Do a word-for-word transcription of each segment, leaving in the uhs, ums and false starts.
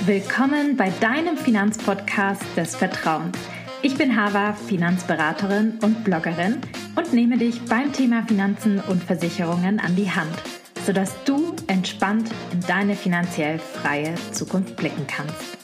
Willkommen bei deinem Finanzpodcast des Vertrauens. Ich bin Hava, Finanzberaterin und Bloggerin und nehme dich beim Thema Finanzen und Versicherungen an die Hand, sodass du entspannt in deine finanziell freie Zukunft blicken kannst.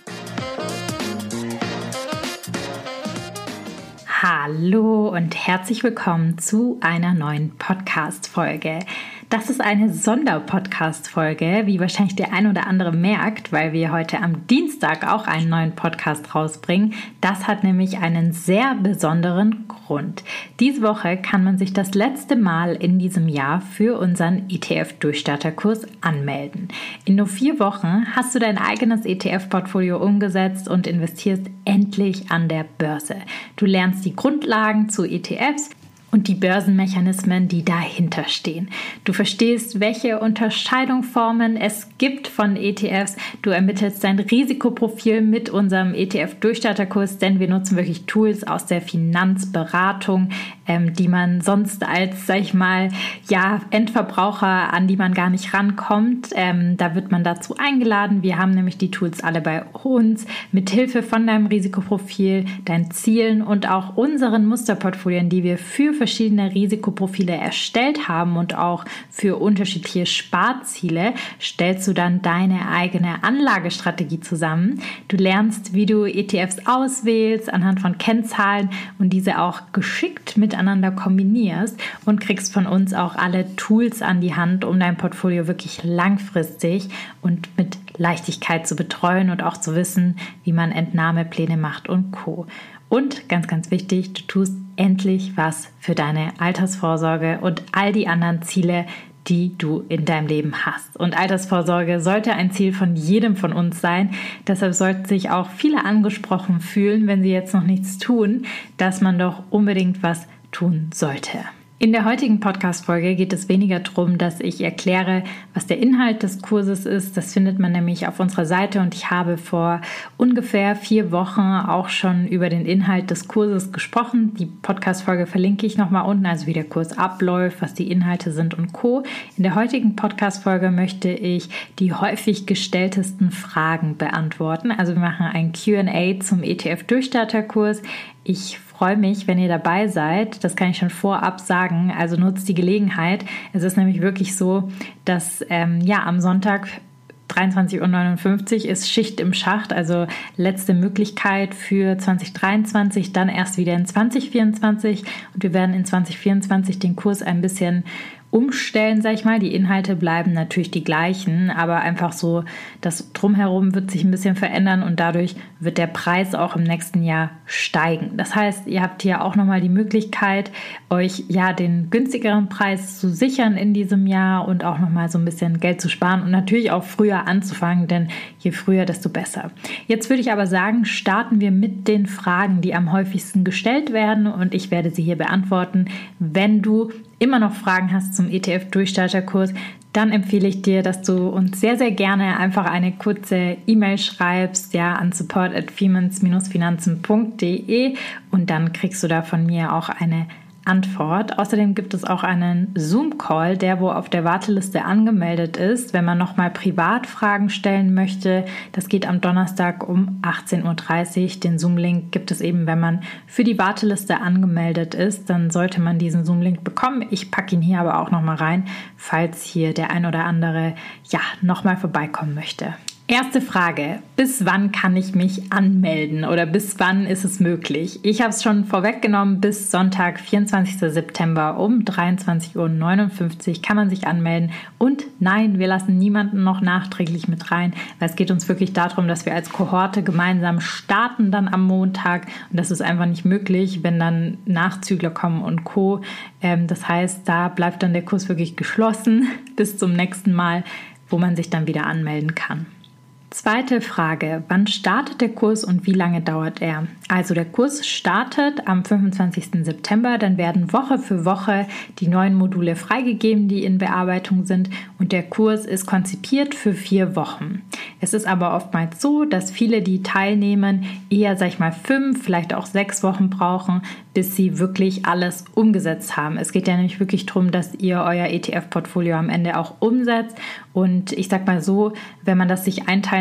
Hallo und herzlich willkommen zu einer neuen Podcast-Folge. Das ist eine Sonderpodcast-Folge, wie wahrscheinlich der ein oder andere merkt, weil wir heute am Dienstag auch einen neuen Podcast rausbringen. Das hat nämlich einen sehr besonderen Grund. Diese Woche kann man sich das letzte Mal in diesem Jahr für unseren E T F-Durchstarterkurs anmelden. In nur vier Wochen hast du dein eigenes E T F-Portfolio umgesetzt und investierst endlich an der Börse. Du lernst die Grundlagen zu E T Fs und die Börsenmechanismen, die dahinter stehen. Du verstehst, welche Unterscheidungsformen es gibt von E T Fs. Du ermittelst dein Risikoprofil mit unserem E T F-Durchstarterkurs, denn wir nutzen wirklich Tools aus der Finanzberatung, ähm, die man sonst als, sag ich mal, ja, Endverbraucher, an die man gar nicht rankommt. Ähm, da wird man dazu eingeladen. Wir haben nämlich die Tools alle bei uns. Mit Hilfe von deinem Risikoprofil, deinen Zielen und auch unseren Musterportfolien, die wir für verschiedene Risikoprofile erstellt haben und auch für unterschiedliche Sparziele, stellst du dann deine eigene Anlagestrategie zusammen. Du lernst, wie du E T Fs auswählst anhand von Kennzahlen und diese auch geschickt miteinander kombinierst und kriegst von uns auch alle Tools an die Hand, um dein Portfolio wirklich langfristig und mit Leichtigkeit zu betreuen und auch zu wissen, wie man Entnahmepläne macht und Co. Und ganz, ganz wichtig, du tust endlich was für deine Altersvorsorge und all die anderen Ziele, die du in deinem Leben hast. Und Altersvorsorge sollte ein Ziel von jedem von uns sein. Deshalb sollten sich auch viele angesprochen fühlen, wenn sie jetzt noch nichts tun, dass man doch unbedingt was tun sollte. In der heutigen Podcast-Folge geht es weniger darum, dass ich erkläre, was der Inhalt des Kurses ist. Das findet man nämlich auf unserer Seite und ich habe vor ungefähr vier Wochen auch schon über den Inhalt des Kurses gesprochen. Die Podcast-Folge verlinke ich nochmal unten, also wie der Kurs abläuft, was die Inhalte sind und Co. In der heutigen Podcast-Folge möchte ich die häufig gestelltesten Fragen beantworten. Also wir machen ein Q and A zum E T F-Durchstarterkurs. Ich freue mich, wenn ihr dabei seid. Das kann ich schon vorab sagen. Also nutzt die Gelegenheit. Es ist nämlich wirklich so, dass ähm, ja am Sonntag dreiundzwanzig Uhr neunundfünfzig ist Schicht im Schacht, also letzte Möglichkeit für zwanzig dreiundzwanzig, dann erst wieder in zwanzig vierundzwanzig und wir werden in zwanzig vierundzwanzig den Kurs ein bisschen umstellen, sag ich mal. Die Inhalte bleiben natürlich die gleichen, aber einfach so, das Drumherum wird sich ein bisschen verändern und dadurch wird der Preis auch im nächsten Jahr steigen. Das heißt, ihr habt hier auch nochmal die Möglichkeit, euch ja den günstigeren Preis zu sichern in diesem Jahr und auch nochmal so ein bisschen Geld zu sparen und natürlich auch früher anzufangen, denn je früher, desto besser. Jetzt würde ich aber sagen, starten wir mit den Fragen, die am häufigsten gestellt werden und ich werde sie hier beantworten. Wenn du immer noch Fragen hast zum E T F-Durchstarterkurs, dann empfehle ich dir, dass du uns sehr, sehr gerne einfach eine kurze E-Mail schreibst, ja, an support at femens dash finanzen punkt de und dann kriegst du da von mir auch eine Antwort. Außerdem gibt es auch einen Zoom-Call, der wo auf der Warteliste angemeldet ist, wenn man nochmal privat Fragen stellen möchte. Das geht am Donnerstag um achtzehn Uhr dreißig. Den Zoom-Link gibt es eben, wenn man für die Warteliste angemeldet ist. Dann sollte man diesen Zoom-Link bekommen. Ich packe ihn hier aber auch nochmal rein, falls hier der ein oder andere ja nochmal vorbeikommen möchte. Erste Frage, bis wann kann ich mich anmelden oder bis wann ist es möglich? Ich habe es schon vorweggenommen, bis Sonntag, vierundzwanzigsten September um dreiundzwanzig Uhr neunundfünfzig kann man sich anmelden und nein, wir lassen niemanden noch nachträglich mit rein, weil es geht uns wirklich darum, dass wir als Kohorte gemeinsam starten dann am Montag und das ist einfach nicht möglich, wenn dann Nachzügler kommen und Co. Das heißt, da bleibt dann der Kurs wirklich geschlossen bis zum nächsten Mal, wo man sich dann wieder anmelden kann. Zweite Frage, wann startet der Kurs und wie lange dauert er? Also der Kurs startet am fünfundzwanzigsten September, dann werden Woche für Woche die neuen Module freigegeben, die in Bearbeitung sind und der Kurs ist konzipiert für vier Wochen. Es ist aber oftmals so, dass viele, die teilnehmen, eher, sag ich mal, fünf, vielleicht auch sechs Wochen brauchen, bis sie wirklich alles umgesetzt haben. Es geht ja nämlich wirklich darum, dass ihr euer E T F-Portfolio am Ende auch umsetzt und ich sag mal so, wenn man das sich einteilen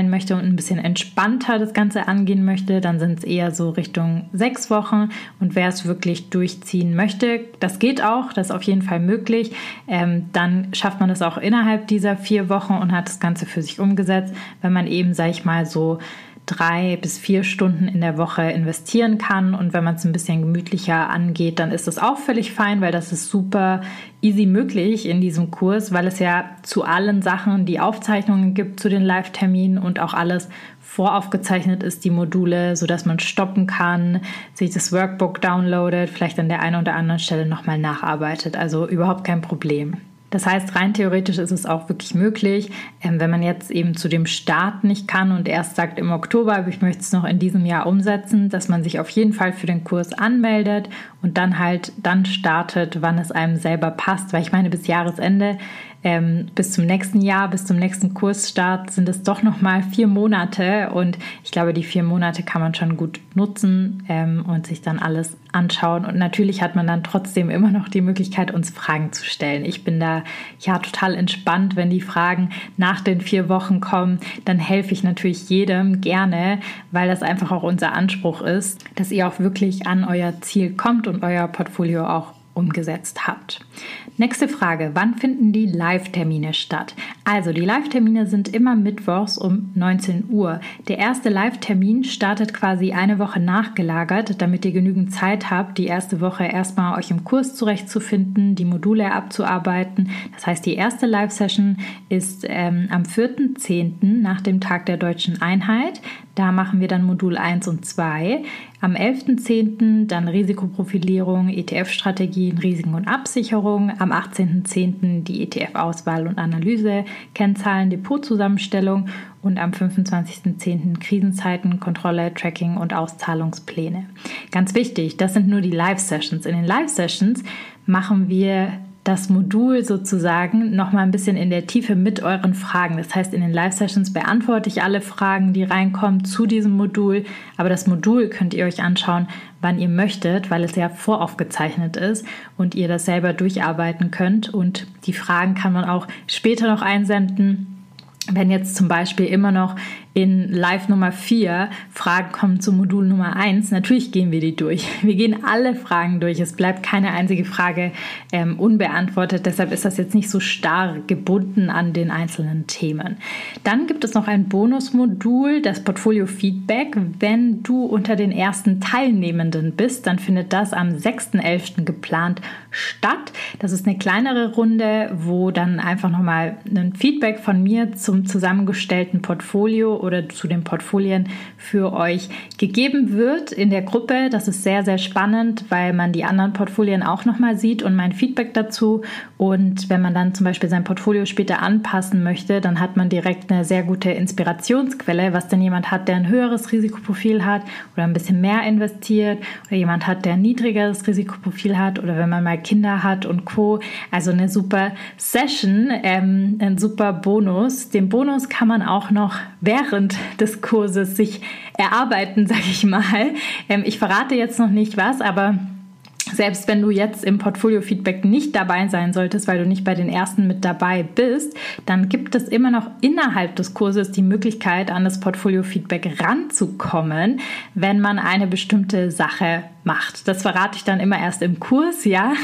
aufteilen möchte und ein bisschen entspannter das Ganze angehen möchte, dann sind es eher so Richtung sechs Wochen. Und wer es wirklich durchziehen möchte, das geht auch, das ist auf jeden Fall möglich. Ähm, dann schafft man das auch innerhalb dieser vier Wochen und hat das Ganze für sich umgesetzt, wenn man eben, sag ich mal, so drei bis vier Stunden in der Woche investieren kann. Und wenn man es ein bisschen gemütlicher angeht, dann ist das auch völlig fein, weil das ist super easy möglich in diesem Kurs, weil es ja zu allen Sachen die Aufzeichnungen gibt zu den Live-Terminen und auch alles voraufgezeichnet ist, die Module, sodass man stoppen kann, sich das Workbook downloadet, vielleicht an der einen oder anderen Stelle nochmal nacharbeitet. Also überhaupt kein Problem. Das heißt, rein theoretisch ist es auch wirklich möglich, ähm, wenn man jetzt eben zu dem Start nicht kann und erst sagt im Oktober, aber ich möchte es noch in diesem Jahr umsetzen, dass man sich auf jeden Fall für den Kurs anmeldet und dann halt dann startet, wann es einem selber passt. Weil ich meine, bis Jahresende, ähm, bis zum nächsten Jahr, bis zum nächsten Kursstart sind es doch nochmal vier Monate und ich glaube, die vier Monate kann man schon gut nutzen ähm, und sich dann alles anschauen. Und natürlich hat man dann trotzdem immer noch die Möglichkeit, uns Fragen zu stellen. Ich bin da ja total entspannt, wenn die Fragen nach den vier Wochen kommen, dann helfe ich natürlich jedem gerne, weil das einfach auch unser Anspruch ist, dass ihr auch wirklich an euer Ziel kommt und euer Portfolio auch umgesetzt habt. Nächste Frage, wann finden die Live-Termine statt? Also die Live-Termine sind immer mittwochs um neunzehn Uhr. Der erste Live-Termin startet quasi eine Woche nachgelagert, damit ihr genügend Zeit habt, die erste Woche erstmal euch im Kurs zurechtzufinden, die Module abzuarbeiten. Das heißt, die erste Live-Session ist ähm, am vierten zehnten nach dem Tag der Deutschen Einheit. Da machen wir dann Modul eins und zwei. Am elften zehnten dann Risikoprofilierung, E T F-Strategien, Risiken und Absicherung. Am achtzehnten zehnten die E T F-Auswahl und Analyse, Kennzahlen, Depotzusammenstellung und am fünfundzwanzigsten zehnten Krisenzeiten, Kontrolle, Tracking und Auszahlungspläne. Ganz wichtig, das sind nur die Live-Sessions. In den Live-Sessions machen wir das Modul sozusagen nochmal ein bisschen in der Tiefe mit euren Fragen. Das heißt, in den Live-Sessions beantworte ich alle Fragen, die reinkommen zu diesem Modul. Aber das Modul könnt ihr euch anschauen, wann ihr möchtet, weil es ja voraufgezeichnet ist und ihr das selber durcharbeiten könnt. Und die Fragen kann man auch später noch einsenden. Wenn jetzt zum Beispiel immer noch in Live Nummer vier Fragen kommen zu Modul Nummer eins, natürlich gehen wir die durch. Wir gehen alle Fragen durch. Es bleibt keine einzige Frage ähm, unbeantwortet. Deshalb ist das jetzt nicht so starr gebunden an den einzelnen Themen. Dann gibt es noch ein Bonusmodul, das Portfolio Feedback. Wenn du unter den ersten Teilnehmenden bist, dann findet das am sechsten elften geplant statt. Das ist eine kleinere Runde, wo dann einfach nochmal ein Feedback von mir zum zusammengestellten Portfolio oder zu den Portfolien für euch gegeben wird in der Gruppe. Das ist sehr, sehr spannend, weil man die anderen Portfolien auch nochmal sieht und mein Feedback dazu. Und wenn man dann zum Beispiel sein Portfolio später anpassen möchte, dann hat man direkt eine sehr gute Inspirationsquelle, was denn jemand hat, der ein höheres Risikoprofil hat oder ein bisschen mehr investiert oder jemand hat, der ein niedrigeres Risikoprofil hat oder wenn man mal Kinder hat und Co. Also eine super Session, ähm, ein super Bonus. Den Bonus kann man auch noch während des Kurses sich erarbeiten, sage ich mal. Ähm, ich verrate jetzt noch nicht was, aber selbst wenn du jetzt im Portfolio-Feedback nicht dabei sein solltest, weil du nicht bei den ersten mit dabei bist, dann gibt es immer noch innerhalb des Kurses die Möglichkeit, an das Portfolio-Feedback ranzukommen, wenn man eine bestimmte Sache macht. Das verrate ich dann immer erst im Kurs, ja.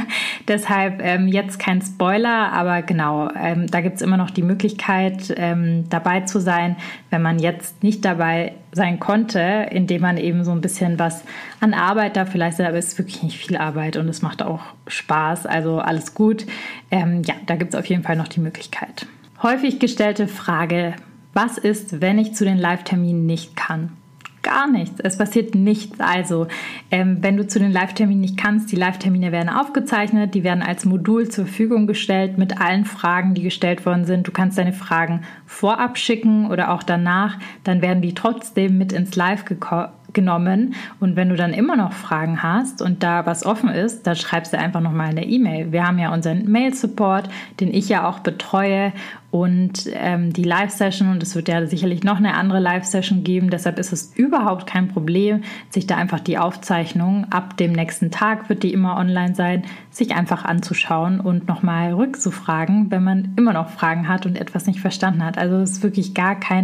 Deshalb ähm, jetzt kein Spoiler, aber genau, ähm, da gibt es immer noch die Möglichkeit, ähm, dabei zu sein, wenn man jetzt nicht dabei sein konnte, indem man eben so ein bisschen was an Arbeit dafür leistet, aber es ist wirklich nicht viel Arbeit und es macht auch Spaß, also alles gut. Ähm, ja, da gibt es auf jeden Fall noch die Möglichkeit. Häufig gestellte Frage, was ist, wenn ich zu den Live-Terminen nicht kann? Gar nichts. Es passiert nichts. Also, ähm, wenn du zu den Live-Terminen nicht kannst, die Live-Termine werden aufgezeichnet, die werden als Modul zur Verfügung gestellt mit allen Fragen, die gestellt worden sind. Du kannst deine Fragen vorab schicken oder auch danach. Dann werden die trotzdem mit ins Live geko- genommen. Und wenn du dann immer noch Fragen hast und da was offen ist, dann schreibst du einfach nochmal eine E-Mail. Wir haben ja unseren Mail-Support, den ich ja auch betreue und ähm, die Live-Session und es wird ja sicherlich noch eine andere Live-Session geben. Deshalb ist es überhaupt kein Problem, sich da einfach die Aufzeichnung ab dem nächsten Tag, wird die immer online sein, sich einfach anzuschauen und nochmal rückzufragen, wenn man immer noch Fragen hat und etwas nicht verstanden hat. Also es ist wirklich gar kein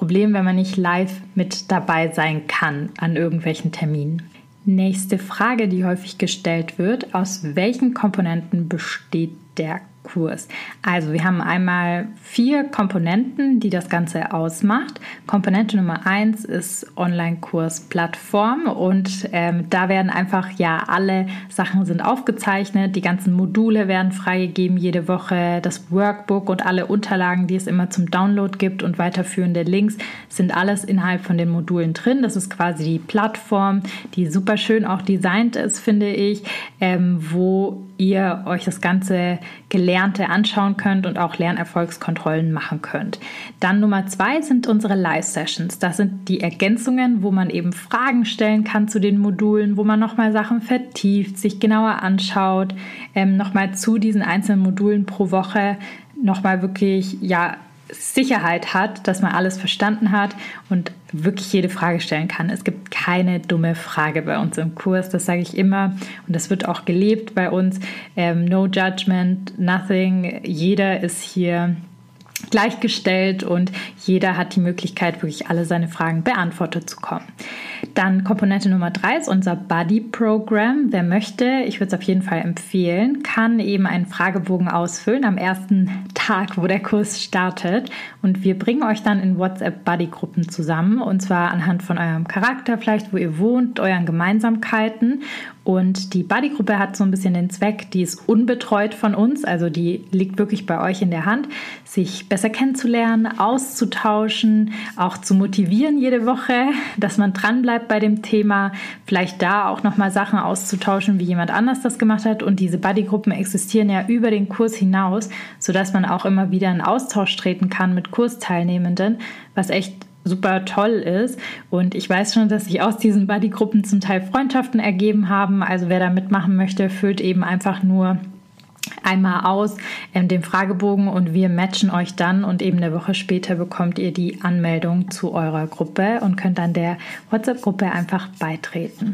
Problem, wenn man nicht live mit dabei sein kann an irgendwelchen Terminen. Nächste Frage, die häufig gestellt wird: Aus welchen Komponenten besteht der Kurs? Also wir haben einmal vier Komponenten, die das Ganze ausmacht. Komponente Nummer eins ist Online-Kurs-Plattform und ähm, da werden einfach, ja, alle Sachen sind aufgezeichnet, die ganzen Module werden freigegeben jede Woche, das Workbook und alle Unterlagen, die es immer zum Download gibt und weiterführende Links, sind alles innerhalb von den Modulen drin. Das ist quasi die Plattform, die super schön auch designt ist, finde ich, ähm, wo ihr euch das ganze Gelernte anschauen könnt und auch Lernerfolgskontrollen machen könnt. Dann Nummer zwei sind unsere Live-Sessions. Das sind die Ergänzungen, wo man eben Fragen stellen kann zu den Modulen, wo man nochmal Sachen vertieft, sich genauer anschaut, ähm, nochmal zu diesen einzelnen Modulen pro Woche nochmal wirklich, ja, Sicherheit hat, dass man alles verstanden hat und wirklich jede Frage stellen kann. Es gibt keine dumme Frage bei uns im Kurs, das sage ich immer und das wird auch gelebt bei uns. Ähm, no judgment, nothing. Jeder ist hier gleichgestellt und jeder hat die Möglichkeit, wirklich alle seine Fragen beantwortet zu bekommen. Dann Komponente Nummer drei ist unser Buddy-Programm. Wer möchte, ich würde es auf jeden Fall empfehlen, kann eben einen Fragebogen ausfüllen am ersten Tag, wo der Kurs startet. Und wir bringen euch dann in WhatsApp-Buddy-Gruppen zusammen und zwar anhand von eurem Charakter, vielleicht wo ihr wohnt, euren Gemeinsamkeiten. Und die Buddy-Gruppe hat so ein bisschen den Zweck, die ist unbetreut von uns, also die liegt wirklich bei euch in der Hand, sich besser kennenzulernen, auszutauschen, auch zu motivieren jede Woche, dass man dranbleibt bei dem Thema, vielleicht da auch nochmal Sachen auszutauschen, wie jemand anders das gemacht hat. Und diese Buddy-Gruppen existieren ja über den Kurs hinaus, sodass man auch immer wieder in Austausch treten kann mit Kursteilnehmenden, was echt super toll ist. Und ich weiß schon, dass sich aus diesen Buddy-Gruppen zum Teil Freundschaften ergeben haben. Also wer da mitmachen möchte, füllt eben einfach nur einmal aus ähm, den Fragebogen und wir matchen euch dann und eben eine Woche später bekommt ihr die Anmeldung zu eurer Gruppe und könnt dann der WhatsApp-Gruppe einfach beitreten.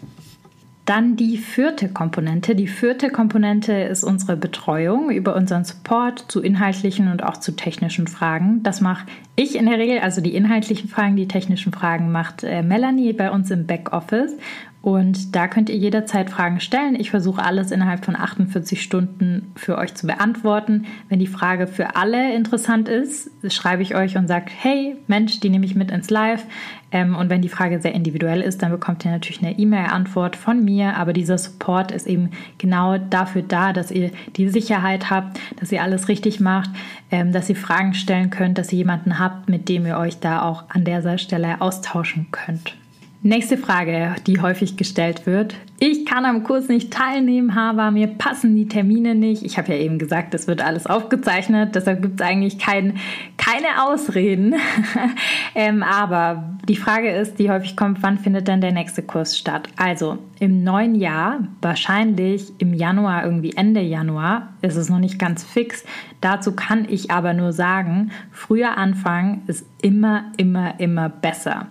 Dann die vierte Komponente. Die vierte Komponente ist unsere Betreuung über unseren Support zu inhaltlichen und auch zu technischen Fragen. Das mache ich in der Regel, also die inhaltlichen Fragen, die technischen Fragen macht äh, Melanie bei uns im Backoffice. Und da könnt ihr jederzeit Fragen stellen. Ich versuche alles innerhalb von achtundvierzig Stunden für euch zu beantworten. Wenn die Frage für alle interessant ist, schreibe ich euch und sage, hey Mensch, die nehme ich mit ins Live. Und wenn die Frage sehr individuell ist, dann bekommt ihr natürlich eine E-Mail-Antwort von mir. Aber dieser Support ist eben genau dafür da, dass ihr die Sicherheit habt, dass ihr alles richtig macht, dass ihr Fragen stellen könnt, dass ihr jemanden habt, mit dem ihr euch da auch an dieser Stelle austauschen könnt. Nächste Frage, die häufig gestellt wird. Ich kann am Kurs nicht teilnehmen, aber mir passen die Termine nicht. Ich habe ja eben gesagt, das wird alles aufgezeichnet, deshalb gibt es eigentlich kein, keine Ausreden. ähm, aber die Frage ist, die häufig kommt, wann findet denn der nächste Kurs statt? Also im neuen Jahr, wahrscheinlich im Januar, irgendwie Ende Januar, ist es noch nicht ganz fix. Dazu kann ich aber nur sagen, früher anfangen ist immer, immer, immer besser.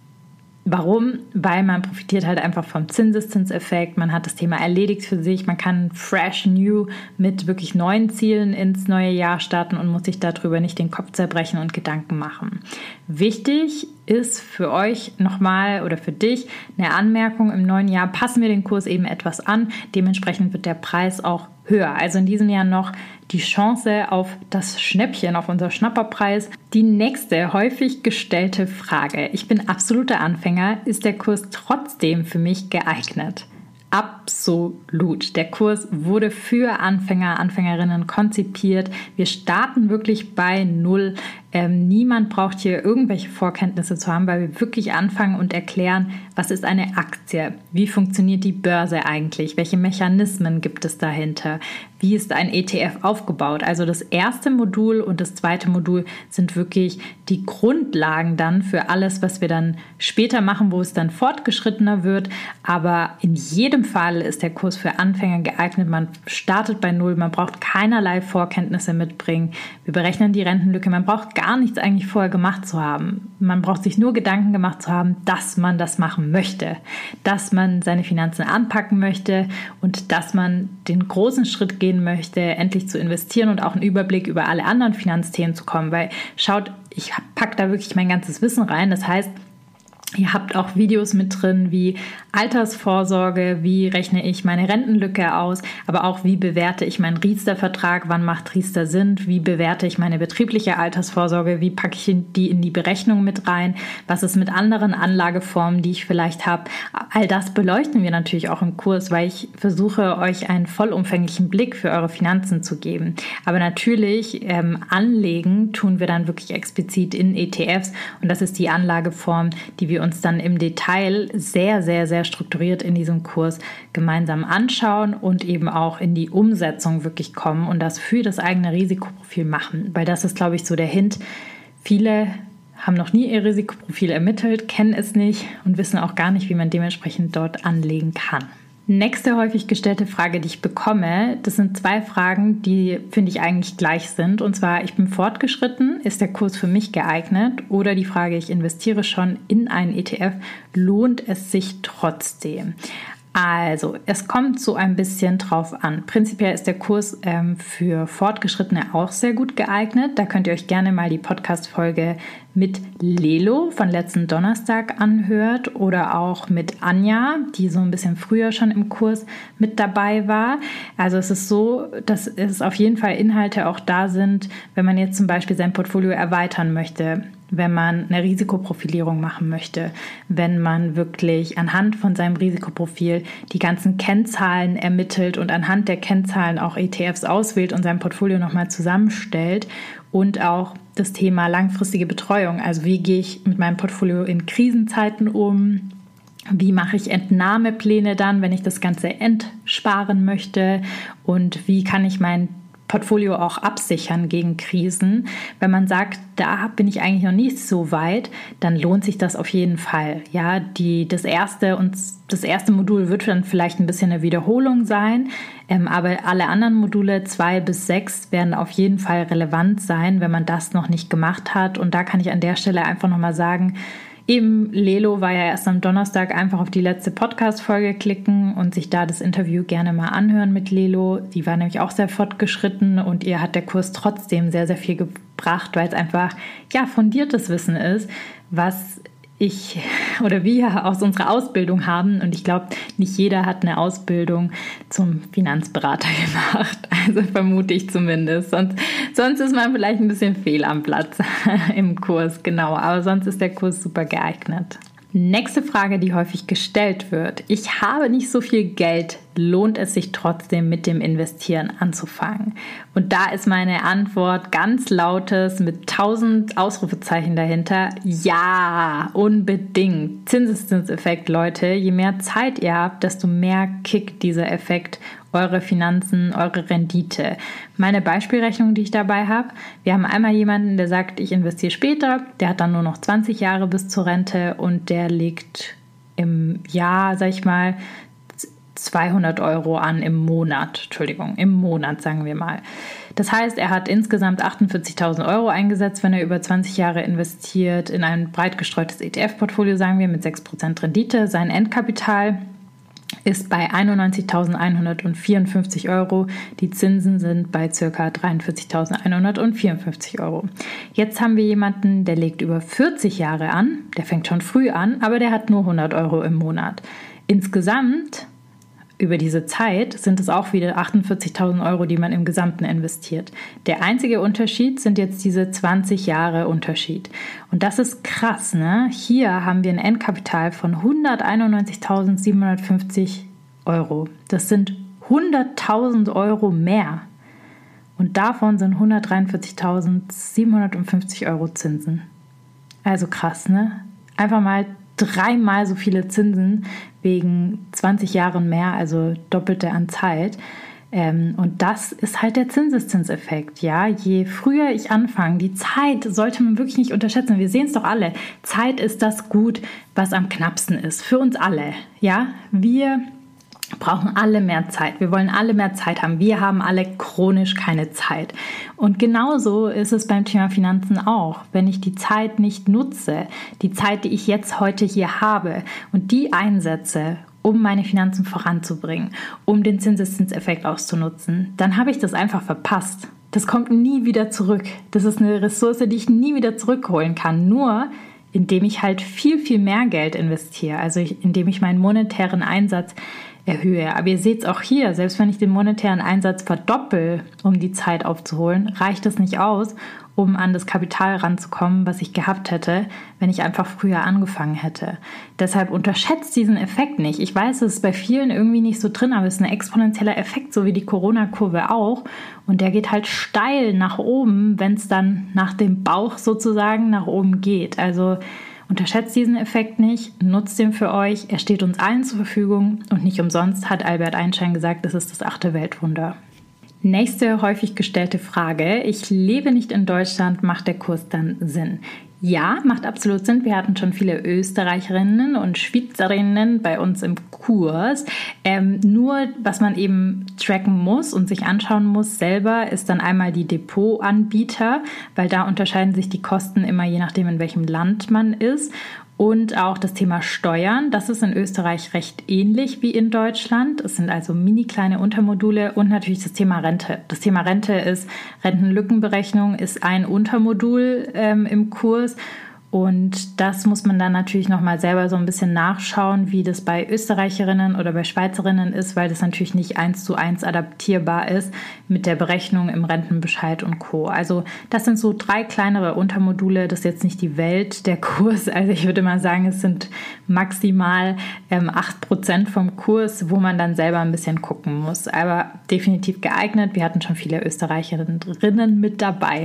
Warum? Weil man profitiert halt einfach vom Zinseszinseffekt, man hat das Thema erledigt für sich, man kann fresh, new mit wirklich neuen Zielen ins neue Jahr starten und muss sich darüber nicht den Kopf zerbrechen und Gedanken machen. Wichtig ist für euch nochmal oder für dich eine Anmerkung: Im neuen Jahr passen wir den Kurs eben etwas an, dementsprechend wird der Preis auch höher. Also in diesem Jahr noch die Chance auf das Schnäppchen, auf unser Schnapperpreis. Die nächste häufig gestellte Frage: Ich bin absoluter Anfänger, ist der Kurs trotzdem für mich geeignet? Absolut. Der Kurs wurde für Anfänger, Anfängerinnen konzipiert. Wir starten wirklich bei Null. Ähm, niemand braucht hier irgendwelche Vorkenntnisse zu haben, weil wir wirklich anfangen und erklären, was ist eine Aktie? Wie funktioniert die Börse eigentlich? Welche Mechanismen gibt es dahinter? Wie ist ein E T F aufgebaut? Also das erste Modul und das zweite Modul sind wirklich die Grundlagen dann für alles, was wir dann später machen, wo es dann fortgeschrittener wird. Aber in jedem Fall Stelle ist der Kurs für Anfänger geeignet. Man startet bei Null, man braucht keinerlei Vorkenntnisse mitbringen. Wir berechnen die Rentenlücke. Man braucht gar nichts eigentlich vorher gemacht zu haben. Man braucht sich nur Gedanken gemacht zu haben, dass man das machen möchte, dass man seine Finanzen anpacken möchte und dass man den großen Schritt gehen möchte, endlich zu investieren und auch einen Überblick über alle anderen Finanzthemen zu kommen. Weil schaut, ich packe da wirklich mein ganzes Wissen rein. Das heißt, ihr habt auch Videos mit drin wie Altersvorsorge, wie rechne ich meine Rentenlücke aus, aber auch wie bewerte ich meinen Riester-Vertrag, wann macht Riester Sinn, wie bewerte ich meine betriebliche Altersvorsorge, wie packe ich die in die Berechnung mit rein, was ist mit anderen Anlageformen, die ich vielleicht habe. All das beleuchten wir natürlich auch im Kurs, weil ich versuche, euch einen vollumfänglichen Blick für eure Finanzen zu geben. Aber natürlich ähm, anlegen tun wir dann wirklich explizit in E T Fs und das ist die Anlageform, die wir uns dann im Detail sehr, sehr, sehr strukturiert in diesem Kurs gemeinsam anschauen und eben auch in die Umsetzung wirklich kommen und das für das eigene Risikoprofil machen. Weil das ist, glaube ich, so der Hint. Viele haben noch nie ihr Risikoprofil ermittelt, kennen es nicht und wissen auch gar nicht, wie man dementsprechend dort anlegen kann. Nächste häufig gestellte Frage, die ich bekomme, das sind zwei Fragen, die, finde ich, eigentlich gleich sind. Und zwar, ich bin fortgeschritten, ist der Kurs für mich geeignet? Oder die Frage, ich investiere schon in einen E T F, lohnt es sich trotzdem? Also, es kommt so ein bisschen drauf an. Prinzipiell ist der Kurs ähm, für Fortgeschrittene auch sehr gut geeignet. Da könnt ihr euch gerne mal die Podcast-Folge mit Lelo von letzten Donnerstag anhört oder auch mit Anja, die so ein bisschen früher schon im Kurs mit dabei war. Also es ist so, dass es auf jeden Fall Inhalte auch da sind, wenn man jetzt zum Beispiel sein Portfolio erweitern möchte, wenn man eine Risikoprofilierung machen möchte, wenn man wirklich anhand von seinem Risikoprofil die ganzen Kennzahlen ermittelt und anhand der Kennzahlen auch E T Fs auswählt und sein Portfolio nochmal zusammenstellt und auch das Thema langfristige Betreuung. Also wie gehe ich mit meinem Portfolio in Krisenzeiten um? Wie mache ich Entnahmepläne dann, wenn ich das Ganze entsparen möchte? Und wie kann ich mein Portfolio auch absichern gegen Krisen? Wenn man sagt, da bin ich eigentlich noch nicht so weit, dann lohnt sich das auf jeden Fall. Ja, die, das erste und das erste Modul wird dann vielleicht ein bisschen eine Wiederholung sein, ähm, aber alle anderen Module zwei bis sechs werden auf jeden Fall relevant sein, wenn man das noch nicht gemacht hat. Und da kann ich an der Stelle einfach nochmal sagen, eben Lelo war ja erst am Donnerstag, einfach auf die letzte Podcast-Folge klicken und sich da das Interview gerne mal anhören mit Lelo. Die war nämlich auch sehr fortgeschritten und ihr hat der Kurs trotzdem sehr, sehr viel gebracht, weil es einfach ja fundiertes Wissen ist, was ich oder wir aus unserer Ausbildung haben. Und ich glaube, nicht jeder hat eine Ausbildung zum Finanzberater gemacht. Also vermute ich zumindest. Sonst, sonst ist man vielleicht ein bisschen fehl am Platz im Kurs. Genau, aber sonst ist der Kurs super geeignet. Nächste Frage, die häufig gestellt wird. Ich habe nicht so viel Geld. Lohnt es sich trotzdem mit dem Investieren anzufangen? Und da ist meine Antwort ganz lautes mit tausend Ausrufezeichen dahinter. Ja, unbedingt. Zinseszinseffekt, Leute. Je mehr Zeit ihr habt, desto mehr kickt dieser Effekt eure Finanzen, eure Rendite. Meine Beispielrechnung, die ich dabei habe, wir haben einmal jemanden, der sagt, ich investiere später, der hat dann nur noch zwanzig Jahre bis zur Rente und der legt im Jahr, sag ich mal, zweihundert Euro an im Monat, Entschuldigung, im Monat sagen wir mal. Das heißt, er hat insgesamt achtundvierzigtausend Euro eingesetzt, wenn er über zwanzig Jahre investiert in ein breit gestreutes E T F-Portfolio, sagen wir, mit sechs Prozent Rendite. Sein Endkapital ist bei einundneunzigtausendeinhundertvierundfünfzig Euro. Die Zinsen sind bei ca. dreiundvierzigtausendeinhundertvierundfünfzig Euro. Jetzt haben wir jemanden, der legt über vierzig Jahre an, der fängt schon früh an, aber der hat nur hundert Euro im Monat. Insgesamt über diese Zeit sind es auch wieder achtundvierzigtausend Euro, die man im Gesamten investiert. Der einzige Unterschied sind jetzt diese zwanzig Jahre Unterschied. Und das ist krass, ne? Hier haben wir ein Endkapital von hunderteinundneunzigtausendsiebenhundertfünfzig Euro. Das sind hunderttausend Euro mehr. Und davon sind hundertdreiundvierzigtausendsiebenhundertfünfzig Euro Zinsen. Also krass, ne? Einfach mal dreimal so viele Zinsen wegen zwanzig Jahren mehr, also doppelte an Zeit. Ähm, und das ist halt der Zinseszinseffekt. Ja, je früher ich anfange, die Zeit sollte man wirklich nicht unterschätzen. Wir sehen es doch alle. Zeit ist das Gut, was am knappsten ist. Für uns alle. Ja, wir brauchen alle mehr Zeit. Wir wollen alle mehr Zeit haben. Wir haben alle chronisch keine Zeit. Und genauso ist es beim Thema Finanzen auch. Wenn ich die Zeit nicht nutze, die Zeit, die ich jetzt heute hier habe und die einsetze, um meine Finanzen voranzubringen, um den Zinseszinseffekt auszunutzen, dann habe ich das einfach verpasst. Das kommt nie wieder zurück. Das ist eine Ressource, die ich nie wieder zurückholen kann. Nur indem ich halt viel, viel mehr Geld investiere. Also ich, indem ich meinen monetären Einsatz erhöhe. Aber ihr seht es auch hier, selbst wenn ich den monetären Einsatz verdoppel, um die Zeit aufzuholen, reicht das nicht aus, um an das Kapital ranzukommen, was ich gehabt hätte, wenn ich einfach früher angefangen hätte. Deshalb unterschätzt diesen Effekt nicht. Ich weiß, es ist bei vielen irgendwie nicht so drin, aber es ist ein exponentieller Effekt, so wie die Corona-Kurve auch. Und der geht halt steil nach oben, wenn es dann nach dem Bauch sozusagen nach oben geht. Also unterschätzt diesen Effekt nicht, nutzt ihn für euch. Er steht uns allen zur Verfügung und nicht umsonst hat Albert Einstein gesagt, es ist das achte Weltwunder. Nächste häufig gestellte Frage. Ich lebe nicht in Deutschland, macht der Kurs dann Sinn? Ja, macht absolut Sinn. Wir hatten schon viele Österreicherinnen und Schweizerinnen bei uns im Kurs. Ähm, nur, was man eben tracken muss und sich anschauen muss selber, ist dann einmal die Depotanbieter, weil da unterscheiden sich die Kosten immer je nachdem, in welchem Land man ist. Und auch das Thema Steuern, das ist in Österreich recht ähnlich wie in Deutschland. Es sind also mini kleine Untermodule und natürlich das Thema Rente. Das Thema Rente ist, Rentenlückenberechnung ist ein Untermodul ähm, im Kurs. Und das muss man dann natürlich nochmal selber so ein bisschen nachschauen, wie das bei Österreicherinnen oder bei Schweizerinnen ist, weil das natürlich nicht eins zu eins adaptierbar ist mit der Berechnung im Rentenbescheid und Co. Also das sind so drei kleinere Untermodule, das ist jetzt nicht die Welt, der Kurs. Also ich würde mal sagen, es sind maximal ähm, acht Prozent vom Kurs, wo man dann selber ein bisschen gucken muss. Aber definitiv geeignet. Wir hatten schon viele Österreicherinnen mit dabei.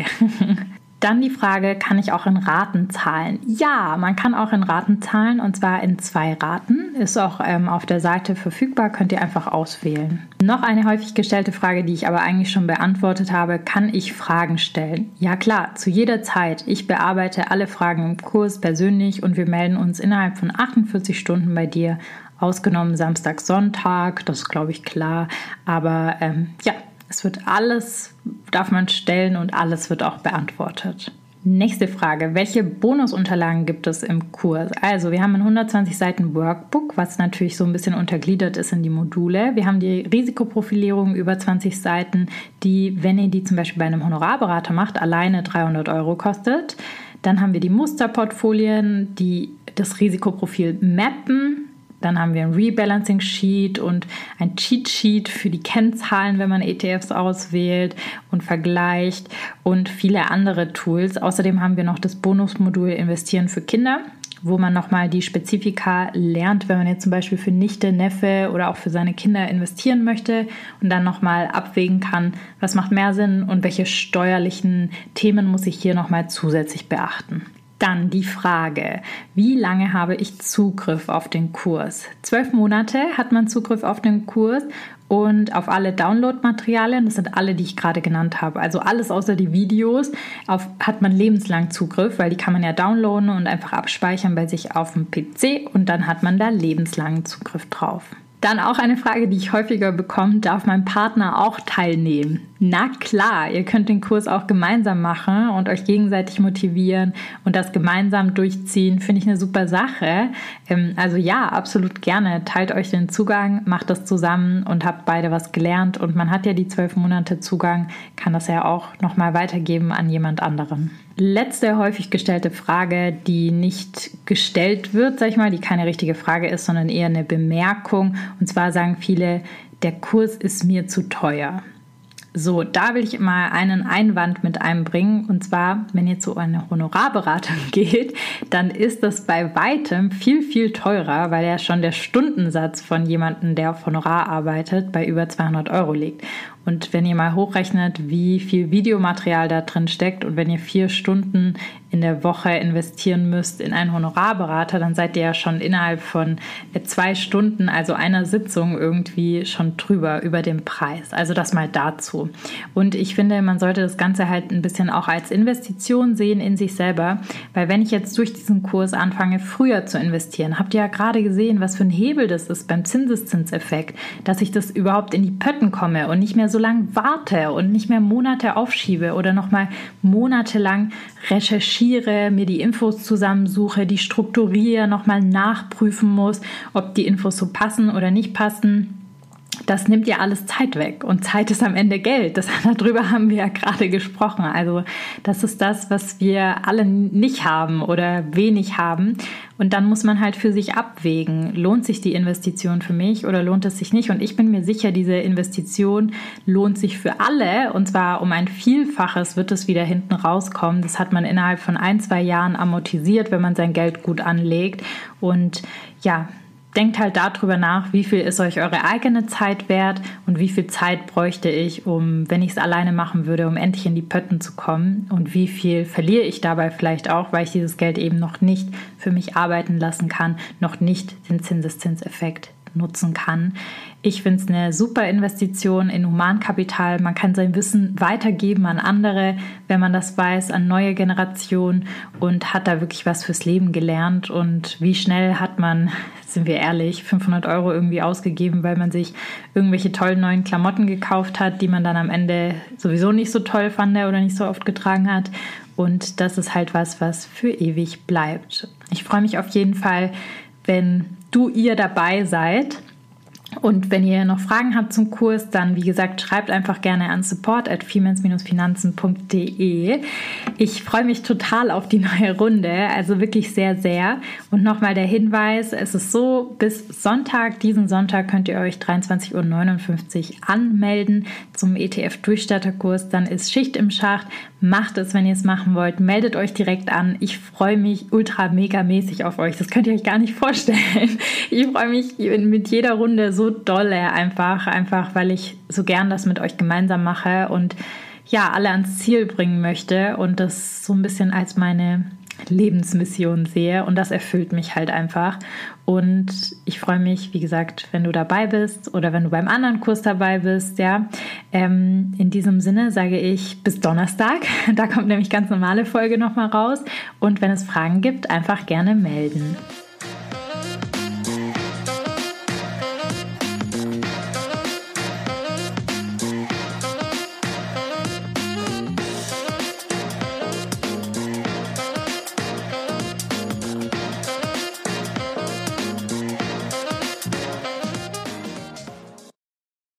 Dann die Frage, kann ich auch in Raten zahlen? Ja, man kann auch in Raten zahlen und zwar in zwei Raten. Ist auch ähm, auf der Seite verfügbar, könnt ihr einfach auswählen. Noch eine häufig gestellte Frage, die ich aber eigentlich schon beantwortet habe, kann ich Fragen stellen? Ja klar, zu jeder Zeit. Ich bearbeite alle Fragen im Kurs persönlich und wir melden uns innerhalb von achtundvierzig Stunden bei dir. Ausgenommen Samstag, Sonntag, das ist glaube ich klar. Aber ähm, ja, es wird alles, darf man stellen und alles wird auch beantwortet. Nächste Frage, welche Bonusunterlagen gibt es im Kurs? Also wir haben ein hundertzwanzig Seiten Workbook, was natürlich so ein bisschen untergliedert ist in die Module. Wir haben die Risikoprofilierung über zwanzig Seiten, die, wenn ihr die zum Beispiel bei einem Honorarberater macht, alleine dreihundert Euro kostet. Dann haben wir die Musterportfolien, die das Risikoprofil mappen. Dann haben wir ein Rebalancing-Sheet und ein Cheat-Sheet für die Kennzahlen, wenn man E T Fs auswählt und vergleicht und viele andere Tools. Außerdem haben wir noch das Bonusmodul Investieren für Kinder, wo man nochmal die Spezifika lernt, wenn man jetzt zum Beispiel für Nichte, Neffe oder auch für seine Kinder investieren möchte und dann nochmal abwägen kann, was macht mehr Sinn und welche steuerlichen Themen muss ich hier nochmal zusätzlich beachten. Dann die Frage, wie lange habe ich Zugriff auf den Kurs? Zwölf Monate hat man Zugriff auf den Kurs und auf alle Downloadmaterialien, das sind alle, die ich gerade genannt habe, also alles außer die Videos, auf, hat man lebenslang Zugriff, weil die kann man ja downloaden und einfach abspeichern bei sich auf dem P C und dann hat man da lebenslangen Zugriff drauf. Dann auch eine Frage, die ich häufiger bekomme, darf mein Partner auch teilnehmen? Na klar, ihr könnt den Kurs auch gemeinsam machen und euch gegenseitig motivieren und das gemeinsam durchziehen, finde ich eine super Sache. Also ja, absolut gerne, teilt euch den Zugang, macht das zusammen und habt beide was gelernt und man hat ja die zwölf Monate Zugang, kann das ja auch nochmal weitergeben an jemand anderen. Letzte häufig gestellte Frage, die nicht gestellt wird, sag ich mal, die keine richtige Frage ist, sondern eher eine Bemerkung. Und zwar sagen viele, der Kurs ist mir zu teuer. So, da will ich mal einen Einwand mit einbringen. Und zwar, wenn ihr zu einer Honorarberatung geht, dann ist das bei weitem viel, viel teurer, weil ja schon der Stundensatz von jemandem, der auf Honorar arbeitet, bei über zweihundert Euro liegt. Und wenn ihr mal hochrechnet, wie viel Videomaterial da drin steckt und wenn ihr vier Stunden in der Woche investieren müsst in einen Honorarberater, dann seid ihr ja schon innerhalb von zwei Stunden, also einer Sitzung, irgendwie schon drüber, über dem Preis. Also das mal dazu. Und ich finde, man sollte das Ganze halt ein bisschen auch als Investition sehen in sich selber, weil wenn ich jetzt durch diesen Kurs anfange, früher zu investieren, habt ihr ja gerade gesehen, was für ein Hebel das ist beim Zinseszinseffekt, dass ich das überhaupt in die Pötten komme und nicht mehr so lange warte und nicht mehr Monate aufschiebe oder nochmal monatelang recherchiere, mir die Infos zusammensuche, die strukturiere, nochmal nachprüfen muss, ob die Infos so passen oder nicht passen. Das nimmt ja alles Zeit weg und Zeit ist am Ende Geld. Das, darüber haben wir ja gerade gesprochen. Also das ist das, was wir alle nicht haben oder wenig haben. Und dann muss man halt für sich abwägen, lohnt sich die Investition für mich oder lohnt es sich nicht? Und ich bin mir sicher, diese Investition lohnt sich für alle. Und zwar um ein Vielfaches wird es wieder hinten rauskommen. Das hat man innerhalb von ein, zwei Jahren amortisiert, wenn man sein Geld gut anlegt. Und ja, denkt halt darüber nach, wie viel ist euch eure eigene Zeit wert und wie viel Zeit bräuchte ich, um, wenn ich es alleine machen würde, um endlich in die Pötten zu kommen und wie viel verliere ich dabei vielleicht auch, weil ich dieses Geld eben noch nicht für mich arbeiten lassen kann, noch nicht den Zinseszinseffekt nutzen kann. Ich finde es eine super Investition in Humankapital. Man kann sein Wissen weitergeben an andere, wenn man das weiß, an neue Generationen und hat da wirklich was fürs Leben gelernt. Und wie schnell hat man, sind wir ehrlich, fünfhundert Euro irgendwie ausgegeben, weil man sich irgendwelche tollen neuen Klamotten gekauft hat, die man dann am Ende sowieso nicht so toll fand oder nicht so oft getragen hat. Und das ist halt was, was für ewig bleibt. Ich freue mich auf jeden Fall, wenn du, ihr dabei seid. Und wenn ihr noch Fragen habt zum Kurs, dann, wie gesagt, schreibt einfach gerne an support at femens finanzen punkt de. Ich freue mich total auf die neue Runde, also wirklich sehr, sehr. Und nochmal der Hinweis, es ist so, bis Sonntag, diesen Sonntag könnt ihr euch dreiundzwanzig Uhr neunundfünfzig anmelden zum E T F-Durchstarterkurs. Dann ist Schicht im Schacht. Macht es, wenn ihr es machen wollt. Meldet euch direkt an. Ich freue mich ultra mega mäßig auf euch. Das könnt ihr euch gar nicht vorstellen. Ich freue mich mit jeder Runde so dolle einfach, einfach, weil ich so gern das mit euch gemeinsam mache und ja, alle ans Ziel bringen möchte und das so ein bisschen als meine Lebensmission sehe und das erfüllt mich halt einfach und ich freue mich, wie gesagt, wenn du dabei bist oder wenn du beim anderen Kurs dabei bist, ja. Ähm, in diesem Sinne sage ich bis Donnerstag, da kommt nämlich ganz normale Folge nochmal raus und wenn es Fragen gibt, einfach gerne melden.